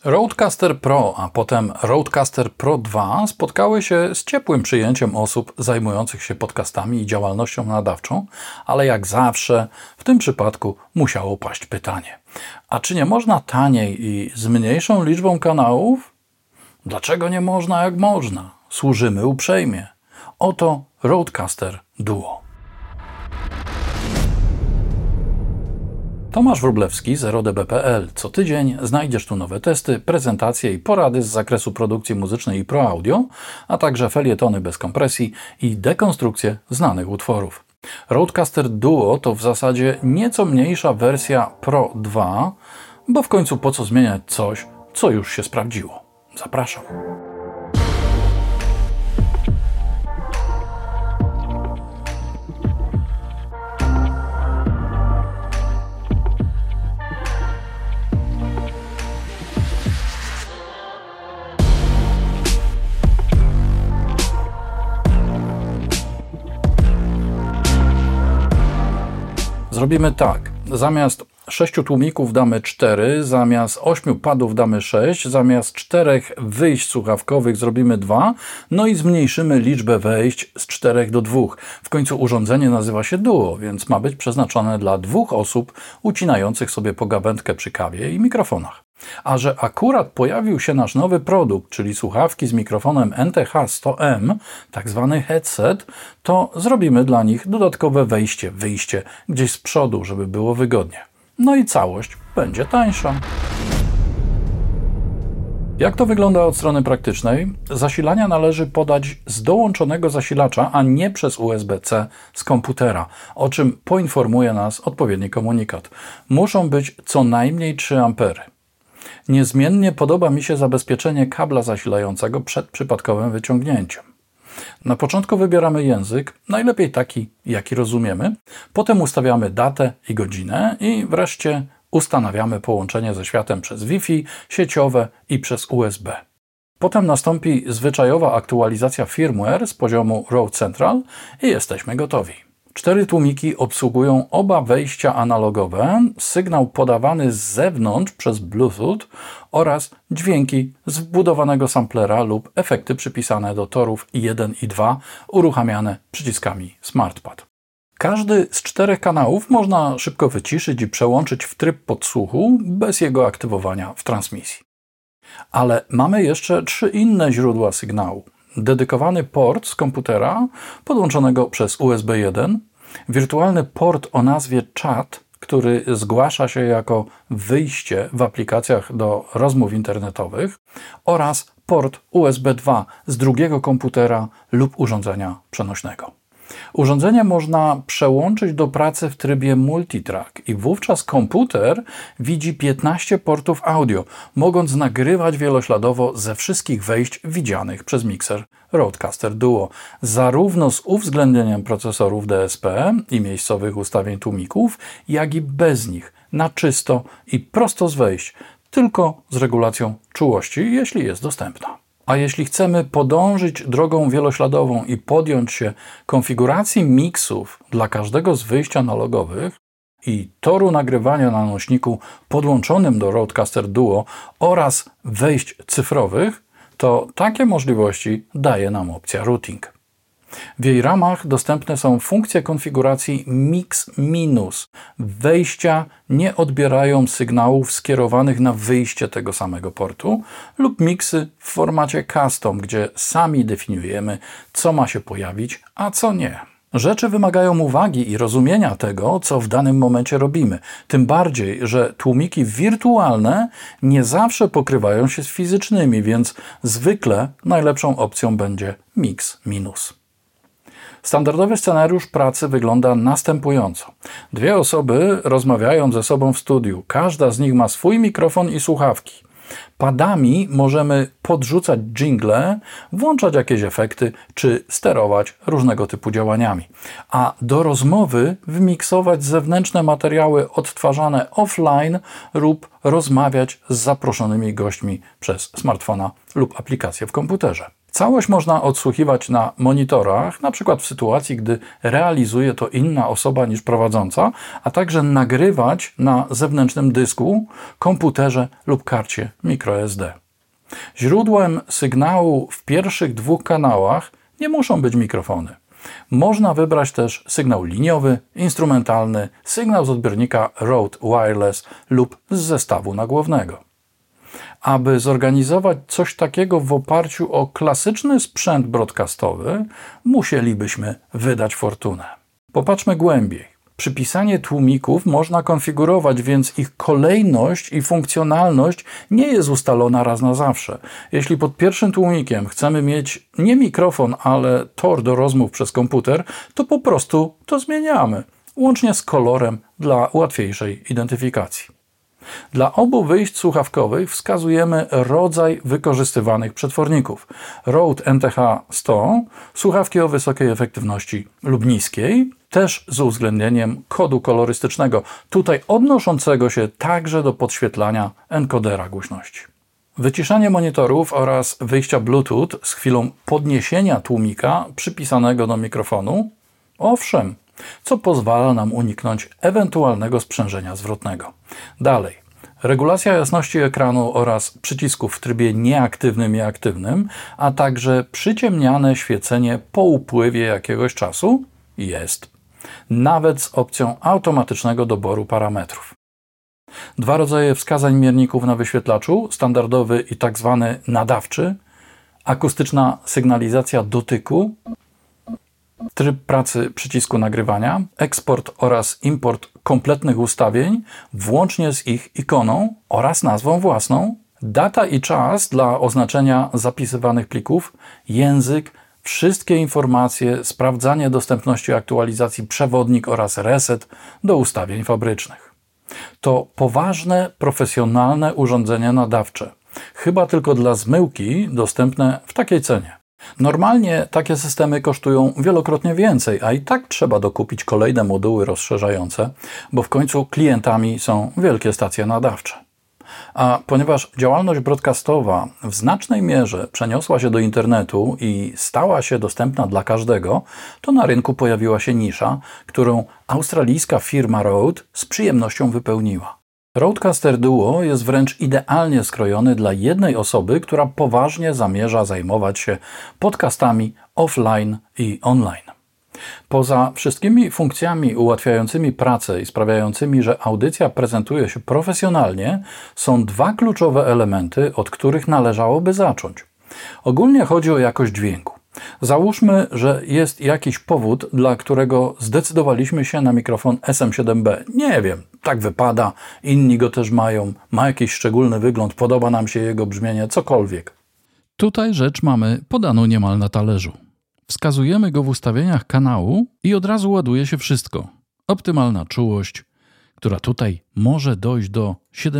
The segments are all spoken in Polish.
Rodecaster Pro, a potem Rodecaster Pro 2 spotkały się z ciepłym przyjęciem osób zajmujących się podcastami i działalnością nadawczą, ale jak zawsze w tym przypadku musiało paść pytanie: a czy nie można taniej i z mniejszą liczbą kanałów? Dlaczego nie można, jak można? Służymy uprzejmie. Oto Rodecaster Duo. Tomasz Wróblewski z RODB.pl. Co tydzień znajdziesz tu nowe testy, prezentacje i porady z zakresu produkcji muzycznej i Pro Audio, a także felietony bez kompresji i dekonstrukcje znanych utworów. Rodecaster Duo to w zasadzie nieco mniejsza wersja Pro 2, bo w końcu po co zmieniać coś, co już się sprawdziło. Zapraszam. Zrobimy tak. Zamiast 6 tłumików damy 4, zamiast 8 padów damy 6, zamiast 4 wyjść słuchawkowych zrobimy 2, no i zmniejszymy liczbę wejść z 4 do 2. W końcu urządzenie nazywa się Duo, więc ma być przeznaczone dla 2 osób ucinających sobie pogawędkę przy kawie i mikrofonach. A że akurat pojawił się nasz nowy produkt, czyli słuchawki z mikrofonem NTH-100M, tak zwany headset, to zrobimy dla nich dodatkowe wyjście gdzieś z przodu, żeby było wygodnie. No i całość będzie tańsza. Jak to wygląda od strony praktycznej? Zasilania należy podać z dołączonego zasilacza, a nie przez USB-C z komputera, o czym poinformuje nas odpowiedni komunikat. Muszą być co najmniej 3 A. Niezmiennie podoba mi się zabezpieczenie kabla zasilającego przed przypadkowym wyciągnięciem. Na początku wybieramy język, najlepiej taki, jaki rozumiemy, potem ustawiamy datę i godzinę i wreszcie ustanawiamy połączenie ze światem przez Wi-Fi, sieciowe i przez USB. Potem nastąpi zwyczajowa aktualizacja firmware z poziomu Rode Central i jesteśmy gotowi. 4 tłumiki obsługują oba wejścia analogowe, sygnał podawany z zewnątrz przez Bluetooth oraz dźwięki z wbudowanego samplera lub efekty przypisane do torów 1 i 2 uruchamiane przyciskami SmartPad. Każdy z 4 kanałów można szybko wyciszyć i przełączyć w tryb podsłuchu bez jego aktywowania w transmisji. Ale mamy jeszcze 3 inne źródła sygnału. Dedykowany port z komputera podłączonego przez USB 1, wirtualny port o nazwie Chat, który zgłasza się jako wyjście w aplikacjach do rozmów internetowych oraz port USB 2 z drugiego komputera lub urządzenia przenośnego. Urządzenie można przełączyć do pracy w trybie multitrack i wówczas komputer widzi 15 portów audio, mogąc nagrywać wielośladowo ze wszystkich wejść widzianych przez mikser Rodecaster Duo, zarówno z uwzględnieniem procesorów DSP i miejscowych ustawień tłumików, jak i bez nich, na czysto i prosto z wejść, tylko z regulacją czułości, jeśli jest dostępna. A jeśli chcemy podążyć drogą wielośladową i podjąć się konfiguracji miksów dla każdego z wyjść analogowych i toru nagrywania na nośniku podłączonym do Rodecaster Duo oraz wejść cyfrowych, to takie możliwości daje nam opcja routing. W jej ramach dostępne są funkcje konfiguracji Mix-Minus. Wejścia nie odbierają sygnałów skierowanych na wyjście tego samego portu lub miksy w formacie custom, gdzie sami definiujemy, co ma się pojawić, a co nie. Rzeczy wymagają uwagi i rozumienia tego, co w danym momencie robimy. Tym bardziej, że tłumiki wirtualne nie zawsze pokrywają się z fizycznymi, więc zwykle najlepszą opcją będzie Mix-Minus. Standardowy scenariusz pracy wygląda następująco. 2 osoby rozmawiają ze sobą w studiu. Każda z nich ma swój mikrofon i słuchawki. Padami możemy podrzucać dżingle, włączać jakieś efekty czy sterować różnego typu działaniami. A do rozmowy wmiksować zewnętrzne materiały odtwarzane offline lub rozmawiać z zaproszonymi gośćmi przez smartfona lub aplikację w komputerze. Całość można odsłuchiwać na monitorach, na przykład w sytuacji, gdy realizuje to inna osoba niż prowadząca, a także nagrywać na zewnętrznym dysku, komputerze lub karcie microSD. Źródłem sygnału w pierwszych 2 kanałach nie muszą być mikrofony. Można wybrać też sygnał liniowy, instrumentalny, sygnał z odbiornika Rode Wireless lub z zestawu nagłownego. Aby zorganizować coś takiego w oparciu o klasyczny sprzęt broadcastowy, musielibyśmy wydać fortunę. Popatrzmy głębiej. Przypisanie tłumików można konfigurować, więc ich kolejność i funkcjonalność nie jest ustalona raz na zawsze. Jeśli pod pierwszym tłumikiem chcemy mieć nie mikrofon, ale tor do rozmów przez komputer, to po prostu to zmieniamy, łącznie z kolorem dla łatwiejszej identyfikacji. Dla obu wyjść słuchawkowych wskazujemy rodzaj wykorzystywanych przetworników. Rode NTH 100, słuchawki o wysokiej efektywności lub niskiej, też z uwzględnieniem kodu kolorystycznego, tutaj odnoszącego się także do podświetlania enkodera głośności. Wyciszanie monitorów oraz wyjścia Bluetooth z chwilą podniesienia tłumika przypisanego do mikrofonu, owszem, co pozwala nam uniknąć ewentualnego sprzężenia zwrotnego. Dalej, regulacja jasności ekranu oraz przycisków w trybie nieaktywnym i aktywnym, a także przyciemniane świecenie po upływie jakiegoś czasu jest, nawet z opcją automatycznego doboru parametrów. 2 rodzaje wskazań mierników na wyświetlaczu, standardowy i tzw. nadawczy, akustyczna sygnalizacja dotyku, tryb pracy przycisku nagrywania, eksport oraz import kompletnych ustawień, włącznie z ich ikoną oraz nazwą własną, data i czas dla oznaczenia zapisywanych plików, język, wszystkie informacje, sprawdzanie dostępności aktualizacji, przewodnik oraz reset do ustawień fabrycznych. To poważne, profesjonalne urządzenie nadawcze, chyba tylko dla zmyłki dostępne w takiej cenie. Normalnie takie systemy kosztują wielokrotnie więcej, a i tak trzeba dokupić kolejne moduły rozszerzające, bo w końcu klientami są wielkie stacje nadawcze. A ponieważ działalność broadcastowa w znacznej mierze przeniosła się do internetu i stała się dostępna dla każdego, to na rynku pojawiła się nisza, którą australijska firma Rode z przyjemnością wypełniła. Rodecaster Duo jest wręcz idealnie skrojony dla jednej osoby, która poważnie zamierza zajmować się podcastami offline i online. Poza wszystkimi funkcjami ułatwiającymi pracę i sprawiającymi, że audycja prezentuje się profesjonalnie, są 2 kluczowe elementy, od których należałoby zacząć. Ogólnie chodzi o jakość dźwięku. Załóżmy, że jest jakiś powód, dla którego zdecydowaliśmy się na mikrofon SM7B. Nie wiem, tak wypada, inni go też mają, ma jakiś szczególny wygląd, podoba nam się jego brzmienie, cokolwiek. Tutaj rzecz mamy podaną niemal na talerzu. Wskazujemy go w ustawieniach kanału i od razu ładuje się wszystko. Optymalna czułość, która tutaj może dojść do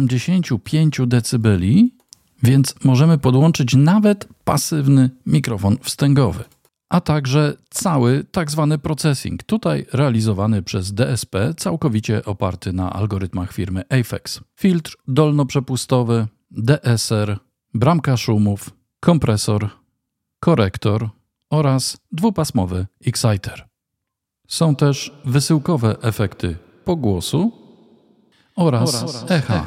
75 dB, więc możemy podłączyć nawet pasywny mikrofon wstęgowy, a także cały tzw. processing, tutaj realizowany przez DSP, całkowicie oparty na algorytmach firmy Aphex. Filtr dolnoprzepustowy, DSR, bramka szumów, kompresor, korektor oraz dwupasmowy exciter. Są też wysyłkowe efekty pogłosu oraz echa,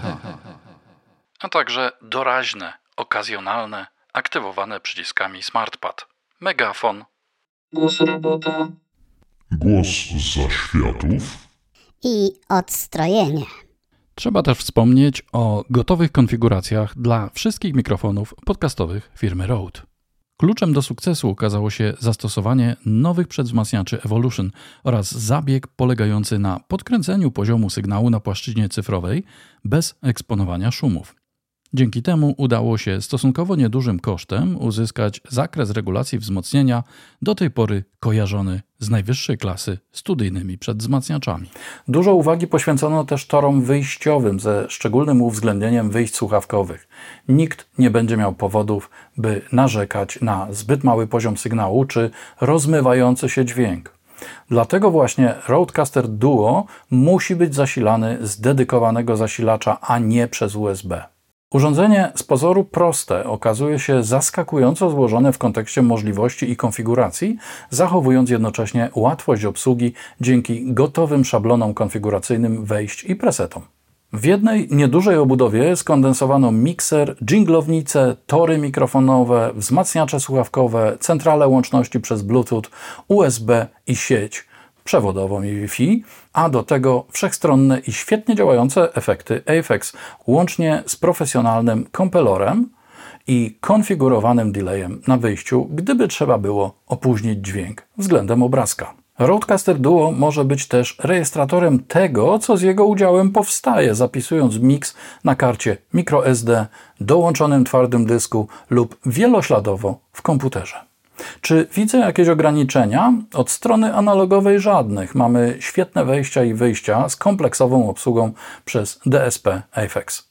a także doraźne, okazjonalne, aktywowane przyciskami SmartPad, megafon, głos robota, głos z zaświatów i odstrojenie. Trzeba też wspomnieć o gotowych konfiguracjach dla wszystkich mikrofonów podcastowych firmy Rode. Kluczem do sukcesu okazało się zastosowanie nowych przedwzmacniaczy Evolution oraz zabieg polegający na podkręceniu poziomu sygnału na płaszczyźnie cyfrowej bez eksponowania szumów. Dzięki temu udało się stosunkowo niedużym kosztem uzyskać zakres regulacji wzmocnienia, do tej pory kojarzony z najwyższej klasy studyjnymi przedwzmacniaczami. Dużo uwagi poświęcono też torom wyjściowym ze szczególnym uwzględnieniem wyjść słuchawkowych. Nikt nie będzie miał powodów, by narzekać na zbyt mały poziom sygnału czy rozmywający się dźwięk. Dlatego właśnie Rodecaster Duo musi być zasilany z dedykowanego zasilacza, a nie przez USB. Urządzenie z pozoru proste okazuje się zaskakująco złożone w kontekście możliwości i konfiguracji, zachowując jednocześnie łatwość obsługi dzięki gotowym szablonom konfiguracyjnym wejść i presetom. W jednej niedużej obudowie skondensowano mikser, dżinglownice, tory mikrofonowe, wzmacniacze słuchawkowe, centralę łączności przez Bluetooth, USB i sieć przewodową i Wi-Fi, a do tego wszechstronne i świetnie działające efekty Aphex, łącznie z profesjonalnym kompelorem i konfigurowanym delayem na wyjściu, gdyby trzeba było opóźnić dźwięk względem obrazka. Rodecaster Duo może być też rejestratorem tego, co z jego udziałem powstaje, zapisując miks na karcie microSD, dołączonym twardym dysku lub wielośladowo w komputerze. Czy widzę jakieś ograniczenia? Od strony analogowej żadnych. Mamy świetne wejścia i wyjścia z kompleksową obsługą przez DSP Aphex.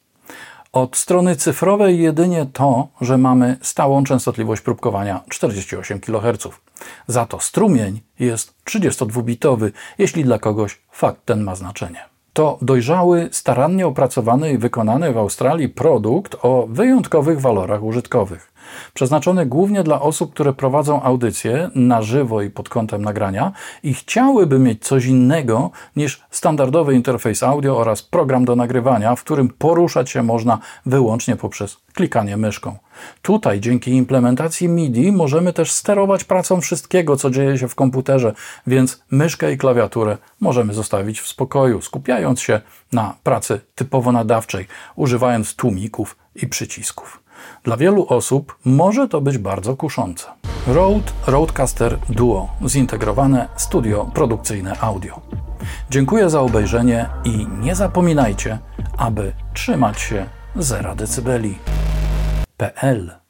Od strony cyfrowej jedynie to, że mamy stałą częstotliwość próbkowania 48 kHz. Za to strumień jest 32-bitowy, jeśli dla kogoś fakt ten ma znaczenie. To dojrzały, starannie opracowany i wykonany w Australii produkt o wyjątkowych walorach użytkowych. Przeznaczony głównie dla osób, które prowadzą audycje na żywo i pod kątem nagrania i chciałyby mieć coś innego niż standardowy interfejs audio oraz program do nagrywania, w którym poruszać się można wyłącznie poprzez klikanie myszką. Tutaj dzięki implementacji MIDI możemy też sterować pracą wszystkiego, co dzieje się w komputerze, więc myszkę i klawiaturę możemy zostawić w spokoju, skupiając się na pracy typowo nadawczej, używając tłumików i przycisków. Dla wielu osób może to być bardzo kuszące. Rodecaster Duo. Zintegrowane studio produkcyjne audio. Dziękuję za obejrzenie i nie zapominajcie, aby trzymać się 0 dB.